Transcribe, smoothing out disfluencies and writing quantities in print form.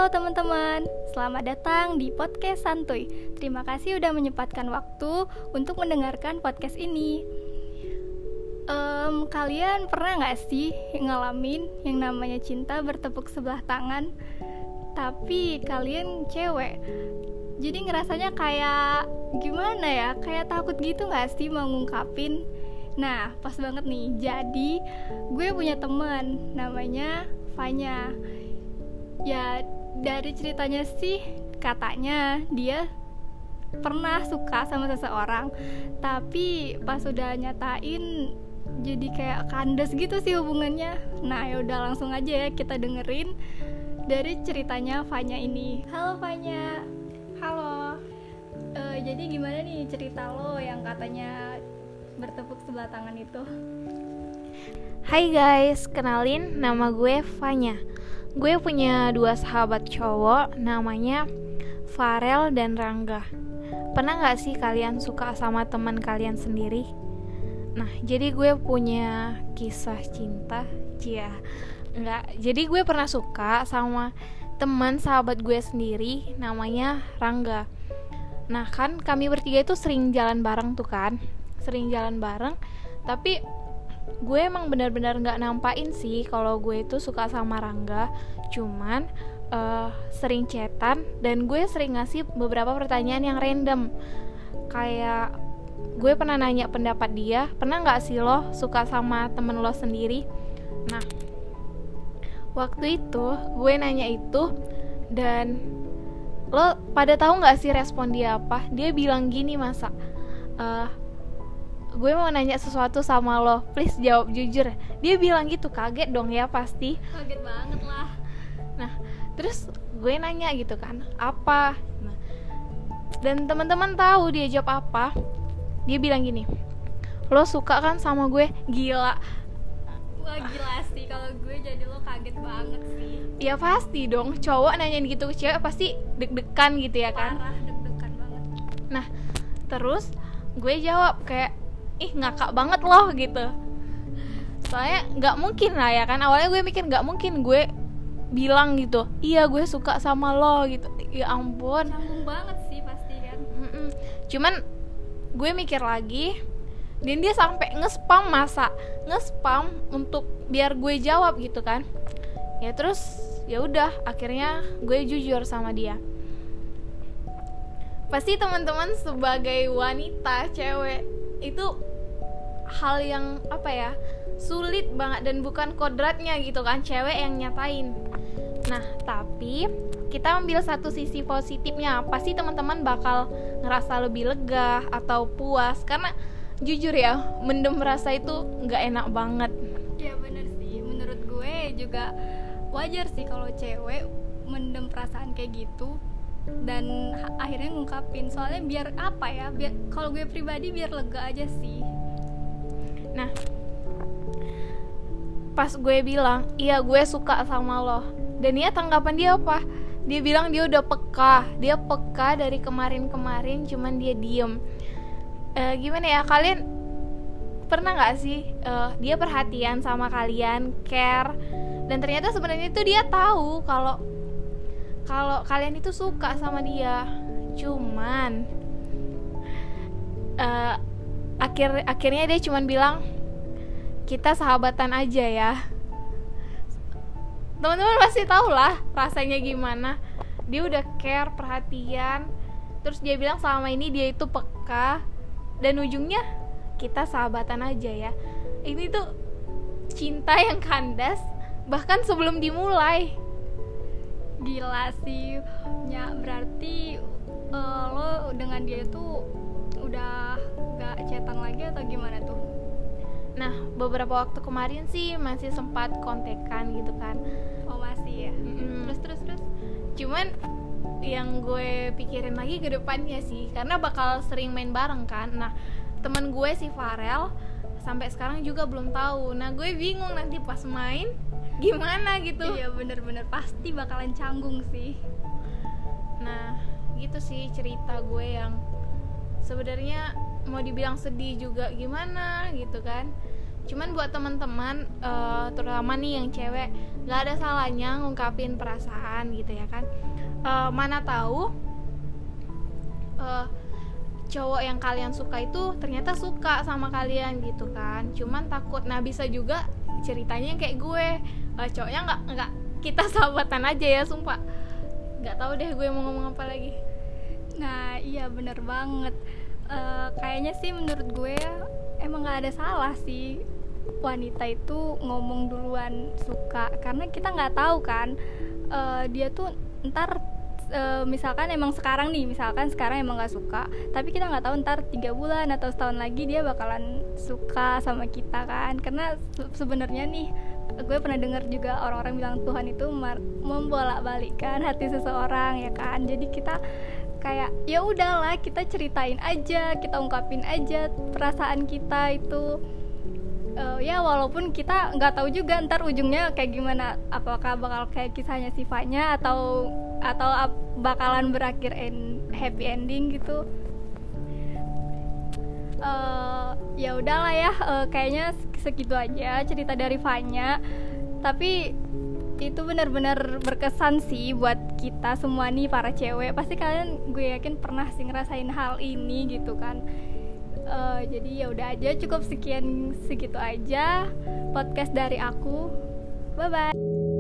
Halo teman-teman, selamat datang di podcast Santuy. Terima kasih udah menyempatkan waktu untuk mendengarkan podcast ini. Kalian pernah gak sih ngalamin yang namanya cinta bertepuk sebelah tangan? Tapi kalian cewek, jadi ngerasanya kayak gimana ya, kayak takut gitu gak sih mau ngungkapin? Nah, pas banget nih, jadi gue punya teman namanya Fanya. Ya, dari ceritanya sih katanya dia pernah suka sama seseorang, tapi pas udah nyatain jadi kayak kandas gitu sih hubungannya. Nah, ya udah langsung aja ya kita dengerin dari ceritanya Fanya ini. Halo Fanya. Halo. Jadi gimana nih cerita lo yang katanya bertepuk sebelah tangan itu? Hai guys, kenalin nama gue Fanya. Gue punya 2 sahabat cowok namanya Farel dan Rangga. Pernah gak sih kalian suka sama teman kalian sendiri? Nah, jadi gue punya kisah cinta. Jadi gue pernah suka sama teman sahabat gue sendiri namanya Rangga. Nah kan kami bertiga itu sering jalan bareng tuh kan. Tapi gue emang benar-benar gak nampain sih kalau gue itu suka sama Rangga. Cuman sering chatan dan gue sering ngasih beberapa pertanyaan yang random. Kayak gue pernah nanya pendapat dia, pernah gak sih lo suka sama temen lo sendiri? Nah, waktu itu gue nanya itu, dan lo pada tahu gak sih respon dia apa? Dia bilang gini, masa gue mau nanya sesuatu sama lo, please jawab jujur. Dia bilang gitu, kaget dong ya pasti. Kaget banget lah. Nah, terus gue nanya gitu kan, apa? Nah, dan teman-teman tahu dia jawab apa? Dia bilang gini, lo suka kan sama gue? Gila. Wah gila sih, kalau gue jadi lo kaget banget sih. Ya pasti dong, cowok nanyain gitu ke cewek pasti deg-degan gitu ya kan. Parah, deg-degan banget. Nah, terus gue jawab kayak, ih ngakak banget loh gitu. Soalnya gak mungkin lah ya kan. Awalnya gue mikir gak mungkin gue bilang gitu, iya gue suka sama lo gitu. Ya ampun, canggung banget sih pasti kan. Cuman gue mikir lagi, dan dia sampai nge-spam untuk biar gue jawab gitu kan. Ya terus ya udah, akhirnya gue jujur sama dia. Pasti teman-teman sebagai wanita, cewek, itu hal yang apa ya, sulit banget dan bukan kodratnya gitu kan, cewek yang nyatain. Nah, tapi kita ambil satu sisi positifnya, pasti teman-teman bakal ngerasa lebih lega atau puas. Karena jujur ya, mendem rasa itu gak enak banget. Ya bener sih, menurut gue juga wajar sih kalau cewek mendem perasaan kayak gitu dan akhirnya ngungkapin. Soalnya biar apa ya, biar kalau gue pribadi biar lega aja sih. Nah, pas gue bilang, iya gue suka sama lo, dan dia tanggapan dia apa? Dia bilang dia udah peka. Dia peka dari kemarin-kemarin, cuman dia diem. Gimana ya, kalian pernah gak sih dia perhatian sama kalian, care, dan ternyata sebenarnya itu dia tahu kalau kalian itu suka sama dia. Cuman akhirnya dia cuman bilang, kita sahabatan aja ya. Teman-teman pasti tahu lah rasanya gimana. Dia udah care, perhatian, terus dia bilang selama ini dia itu peka, dan ujungnya kita sahabatan aja ya. Ini tuh cinta yang kandas bahkan sebelum dimulai. Gila sih ya, berarti lo dengan dia itu udah gak chatan lagi atau gimana tuh? Nah, beberapa waktu kemarin sih masih sempat kontekan gitu kan. Oh masih ya? Terus? Cuman yang gue pikirin lagi ke depannya sih, karena bakal sering main bareng kan. Nah, temen gue si Farel sampai sekarang juga belum tahu. Nah, gue bingung nanti pas main gimana gitu. Iya bener-bener pasti bakalan canggung sih. Nah, gitu sih cerita gue yang sebenarnya mau dibilang sedih juga gimana gitu kan. Cuman buat teman-teman terutama nih yang cewek, nggak ada salahnya ngungkapin perasaan gitu ya kan. Mana tahu cowok yang kalian suka itu ternyata suka sama kalian gitu kan. Cuman takut. Nah bisa juga ceritanya yang kayak gue, cowoknya nggak kita sahabatan aja ya, sumpah nggak tahu deh gue mau ngomong apa lagi. Nah iya bener banget. Kayaknya sih menurut gue emang nggak ada salah sih wanita itu ngomong duluan suka, karena kita nggak tahu kan dia tuh ntar misalkan emang sekarang emang nggak suka, tapi kita nggak tahu ntar 3 bulan atau setahun lagi dia bakalan suka sama kita kan. Karena sebenarnya nih gue pernah dengar juga orang-orang bilang Tuhan itu membolak-balikkan hati seseorang ya kan. Jadi kita kayak ya udahlah, kita ceritain aja, kita ungkapin aja perasaan kita itu. Ya walaupun kita nggak tahu juga ntar ujungnya kayak gimana, apakah bakal kayak kisahnya si Fanya atau bakalan berakhir happy ending gitu. Ya udahlah ya, kayaknya segitu aja cerita dari Fanya. Tapi itu benar-benar berkesan sih buat kita semua nih para cewek. Pasti kalian, gue yakin pernah sih ngerasain hal ini gitu kan. Jadi ya udah aja, cukup segitu aja podcast dari aku. Bye bye.